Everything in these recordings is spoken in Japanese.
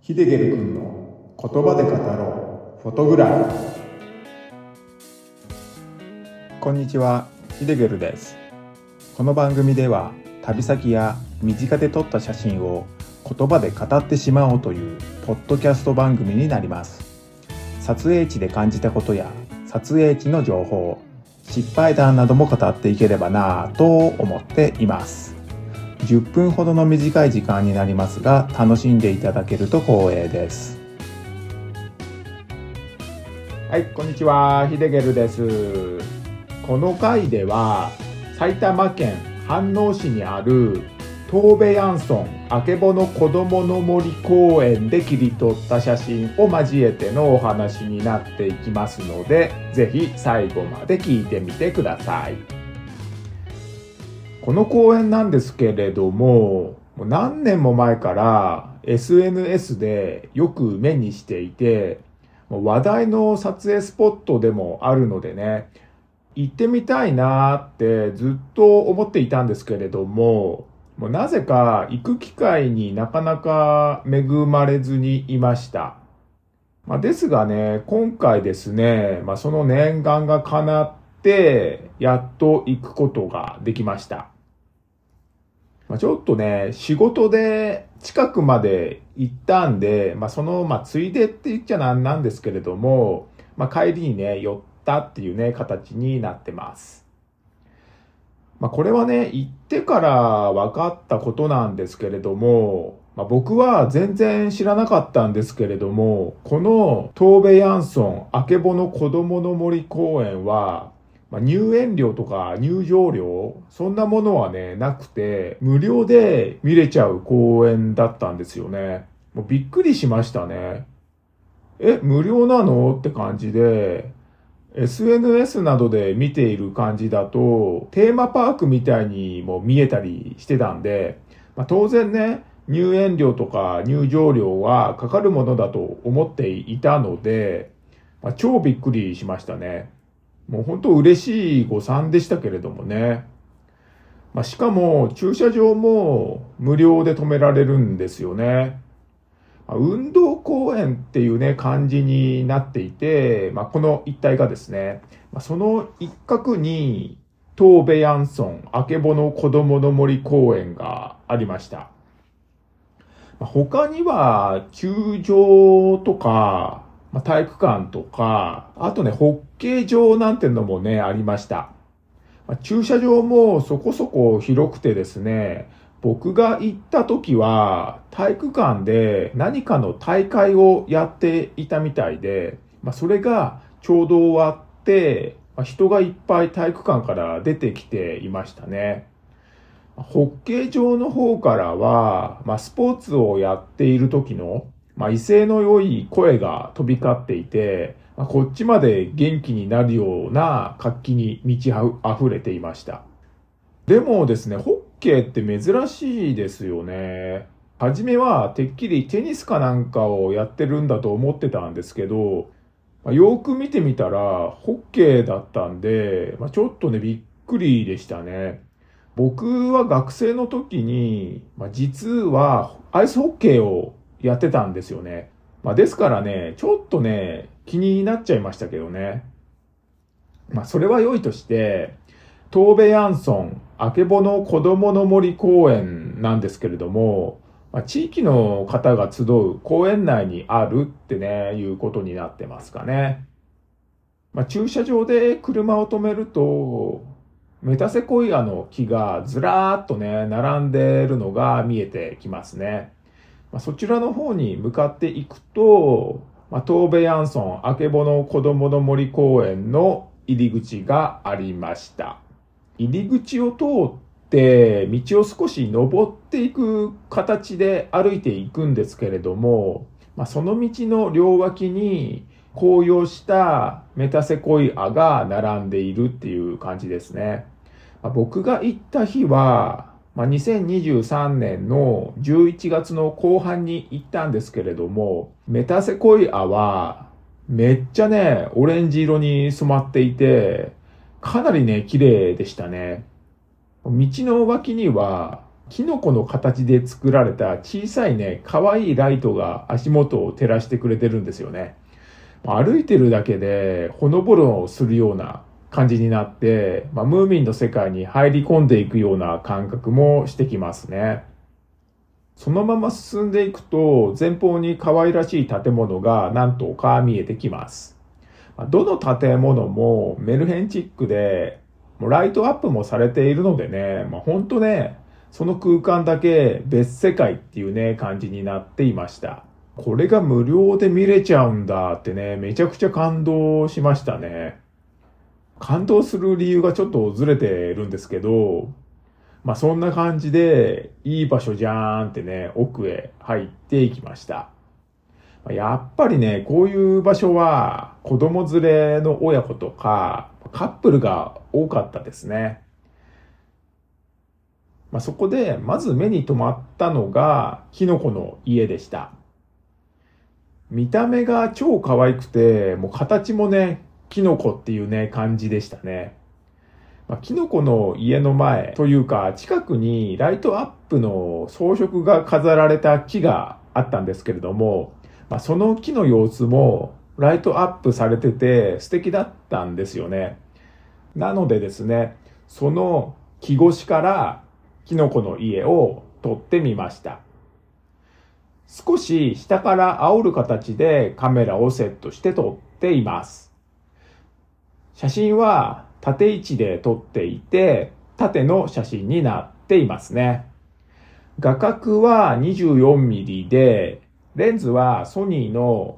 ヒデゲル君の言葉で語ろうフォトグラフ。こんにちは、ヒデゲルです。この番組では旅先や身近で撮った写真を言葉で語ってしまおうというポッドキャスト番組になります。撮影地で感じたことや撮影地の情報、失敗談なども語っていければなぁと思っています。10分ほどの短い時間になりますが、楽しんでいただけると光栄です。はい、こんにちは、ヒデゲルです。この回では埼玉県飯能市にあるトーベヤンソンあけぼのこどもの森公園で切り取った写真を交えてのお話になっていきますので、ぜひ最後まで聞いてみてください。この公園なんですけれども、何年も前から SNS でよく目にしていて、話題の撮影スポットでもあるのでね、行ってみたいなってずっと思っていたんですけれども、なぜか行く機会になかなか恵まれずにいました。ですがね、今回ですね、その念願が叶ってやっと行くことができました。ちょっとね、仕事で近くまで行ったんで、ついでって言っちゃなんですけれども、帰りにね、寄ったっていうね、形になってます。これはね、行ってから分かったことなんですけれども、僕は全然知らなかったんですけれども、このトーベヤンソンあけぼのこどもの森公園は、入園料とか入場料、そんなものはね、なくて、無料で見れちゃう公園だったんですよね。もうびっくりしましたね。無料なのって感じで、SNS などで見ている感じだと、テーマパークみたいにも見えたりしてたんで、当然ね、入園料とか入場料はかかるものだと思っていたので、超びっくりしましたね。もう本当嬉しい誤算でしたけれどもね。しかも駐車場も無料で止められるんですよね。運動公園っていうね、感じになっていて、この一帯がですね、その一角にトーベヤンソンあけぼのこどもの森公園がありました。他には球場とか、体育館とか、あとね、ホッケー場なんてのもね、ありました。駐車場もそこそこ広くてですね、僕が行った時は体育館で何かの大会をやっていたみたいで、それがちょうど終わって、人がいっぱい体育館から出てきていましたね。ホッケー場の方からは、スポーツをやっている時の、威勢の良い声が飛び交っていて、こっちまで元気になるような活気に満ち溢れていました。でもですね、ホッケーって珍しいですよね。はじめはてっきりテニスかなんかをやってるんだと思ってたんですけど、よく見てみたらホッケーだったんで、ちょっとね、びっくりでしたね。僕は学生の時に、実はアイスホッケーをやってたんですよね。ですからね、ちょっとね、気になっちゃいましたけどね。それは良いとして、トーベヤンソンあけぼのこどもの森公園なんですけれども、地域の方が集う公園内にあるってね、いうことになってますかね。駐車場で車を止めると、メタセコイアの木がずらーっとね、並んでるのが見えてきますね。そちらの方に向かっていくと、トーベヤンソンあけぼのこどもの森公園の入り口がありました。入り口を通って道を少し登っていく形で歩いていくんですけれども、その道の両脇に紅葉したメタセコイアが並んでいるっていう感じですね。僕が行った日は、2023年の11月の後半に行ったんですけれども、メタセコイアはめっちゃね、オレンジ色に染まっていて、かなりね、綺麗でしたね。道の脇にはキノコの形で作られた小さいね、可愛いライトが足元を照らしてくれてるんですよね。歩いてるだけでほのぼのするような感じになって、ムーミンの世界に入り込んでいくような感覚もしてきますね。そのまま進んでいくと、前方に可愛らしい建物が何棟か見えてきます。どの建物もメルヘンチックで、ライトアップもされているのでね、本当ね、その空間だけ別世界っていうね、感じになっていました。これが無料で見れちゃうんだってね、めちゃくちゃ感動しましたね。感動する理由がちょっとずれてるんですけど、そんな感じで、いい場所じゃーんってね、奥へ入っていきました。やっぱりね、こういう場所は子供連れの親子とかカップルが多かったですね。そこでまず目に留まったのがキノコの家でした。見た目が超可愛くて、もう形もね、キノコっていうね、感じでしたね。キノコの家の前というか近くにライトアップの装飾が飾られた木があったんですけれども、その木の様子もライトアップされてて素敵だったんですよね。なのでですね、その木越しからキノコの家を撮ってみました。少し下から煽る形でカメラをセットして撮っています。写真は縦位置で撮っていて、縦の写真になっていますね。画角は 24mm で、レンズはソニーの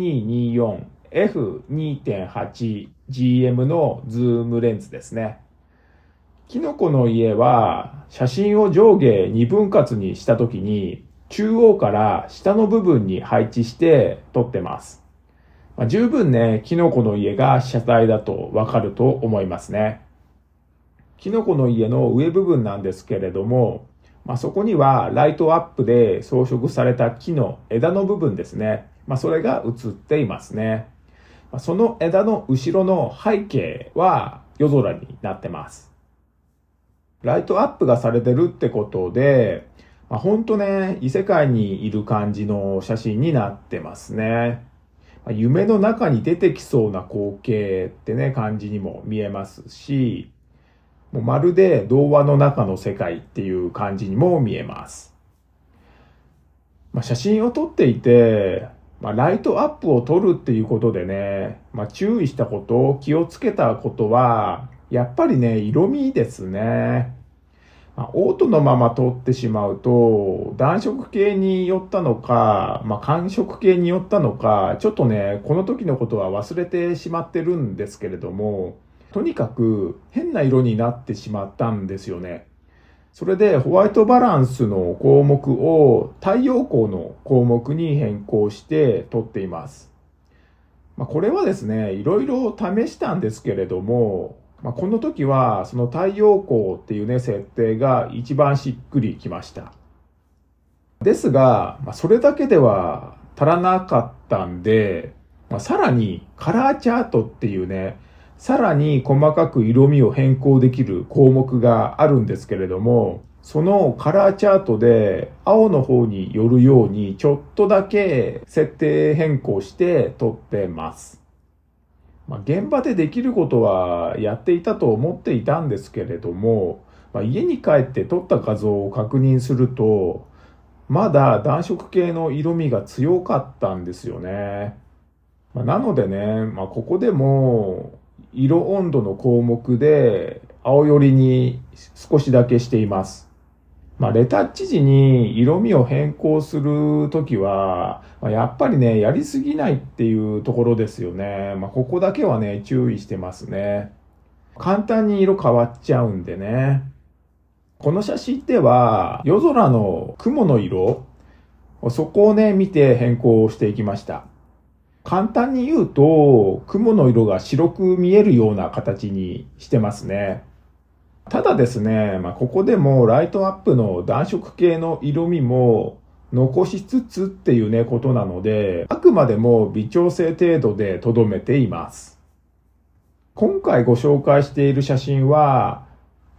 1224F2.8GM のズームレンズですね。キノコの家は写真を上下2分割にしたときに中央から下の部分に配置して撮ってます。十分ね、キノコの家が被写体だとわかると思いますね。キノコの家の上部分なんですけれども、そこにはライトアップで装飾された木の枝の部分ですね。それが映っていますね。その枝の後ろの背景は夜空になってます。ライトアップがされてるってことで、ほんとね、異世界にいる感じの写真になってますね。夢の中に出てきそうな光景ってね、感じにも見えますし、もうまるで童話の中の世界っていう感じにも見えます。写真を撮っていて、ライトアップを撮るっていうことでね、注意したこと、気をつけたことは、やっぱりね、色味ですね。オートのまま撮ってしまうと、暖色系によったのか、寒色系によったのか、ちょっとね、この時のことは忘れてしまってるんですけれども、とにかく変な色になってしまったんですよね。それでホワイトバランスの項目を太陽光の項目に変更して撮っています。これはですね、いろいろ試したんですけれども、この時はその太陽光っていうね、設定が一番しっくりきました。ですが、それだけでは足らなかったんで、さらにカラーチャートっていうね、さらに細かく色味を変更できる項目があるんですけれども、そのカラーチャートで青の方に寄るようにちょっとだけ設定変更して撮ってます。現場でできることはやっていたと思っていたんですけれども、家に帰って撮った画像を確認すると、まだ暖色系の色味が強かったんですよね。なのでね、ここでも色温度の項目で青寄りに少しだけしています。レタッチ時に色味を変更するときは、やっぱりね、やりすぎないっていうところですよね。ここだけはね、注意してますね。簡単に色変わっちゃうんでね。この写真では、夜空の雲の色、そこをね、見て変更していきました。簡単に言うと、雲の色が白く見えるような形にしてますね。ただですね、ここでもライトアップの暖色系の色味も残しつつっていうね、ことなので、あくまでも微調整程度でとどめています。今回ご紹介している写真は、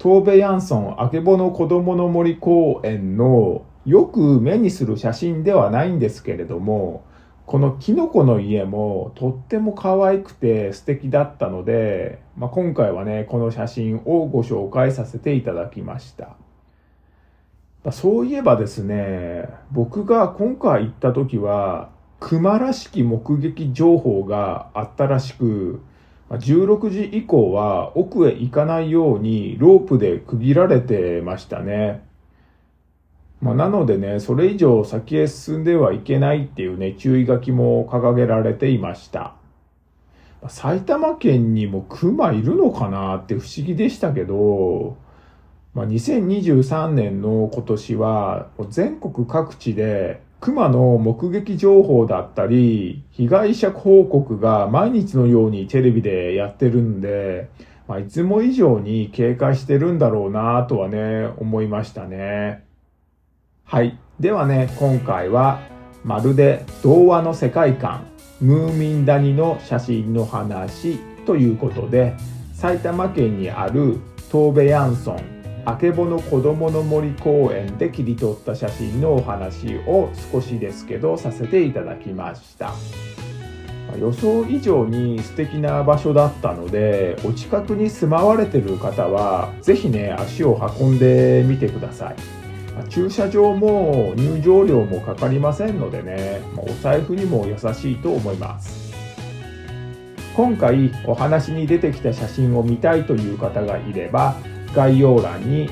トーベヤンソンあけぼのこどもの森公園のよく目にする写真ではないんですけれども、このキノコの家もとっても可愛くて素敵だったので、今回はね、この写真をご紹介させていただきました。そういえばですね、僕が今回行った時は、熊らしき目撃情報があったらしく、16時以降は奥へ行かないようにロープで区切られてましたね。なのでね、それ以上先へ進んではいけないっていうね、注意書きも掲げられていました。埼玉県にも熊いるのかなって不思議でしたけど、2023年の今年は全国各地で熊の目撃情報だったり、被害者報告が毎日のようにテレビでやってるんで、いつも以上に警戒してるんだろうなとはね、思いましたね。はい。ではね、今回はまるで童話の世界観、ムーミン谷の写真の話ということで、埼玉県にあるトーベヤンソンあけぼのこどもの森公園で切り取った写真のお話を少しですけどさせていただきました。予想以上に素敵な場所だったので、お近くに住まわれている方はぜひね、足を運んでみてください。駐車場も入場料もかかりませんのでね、お財布にも優しいと思います。今回お話に出てきた写真を見たいという方がいれば、概要欄に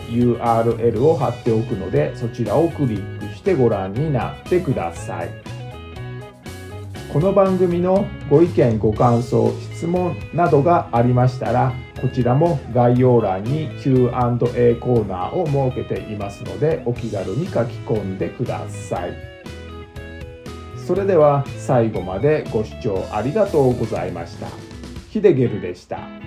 URL を貼っておくので、そちらをクリックしてご覧になってください。この番組のご意見ご感想質問などがありましたら、こちらも概要欄に Q&A コーナーを設けていますので、お気軽に書き込んでください。それでは最後までご視聴ありがとうございました。ヒデゲルでした。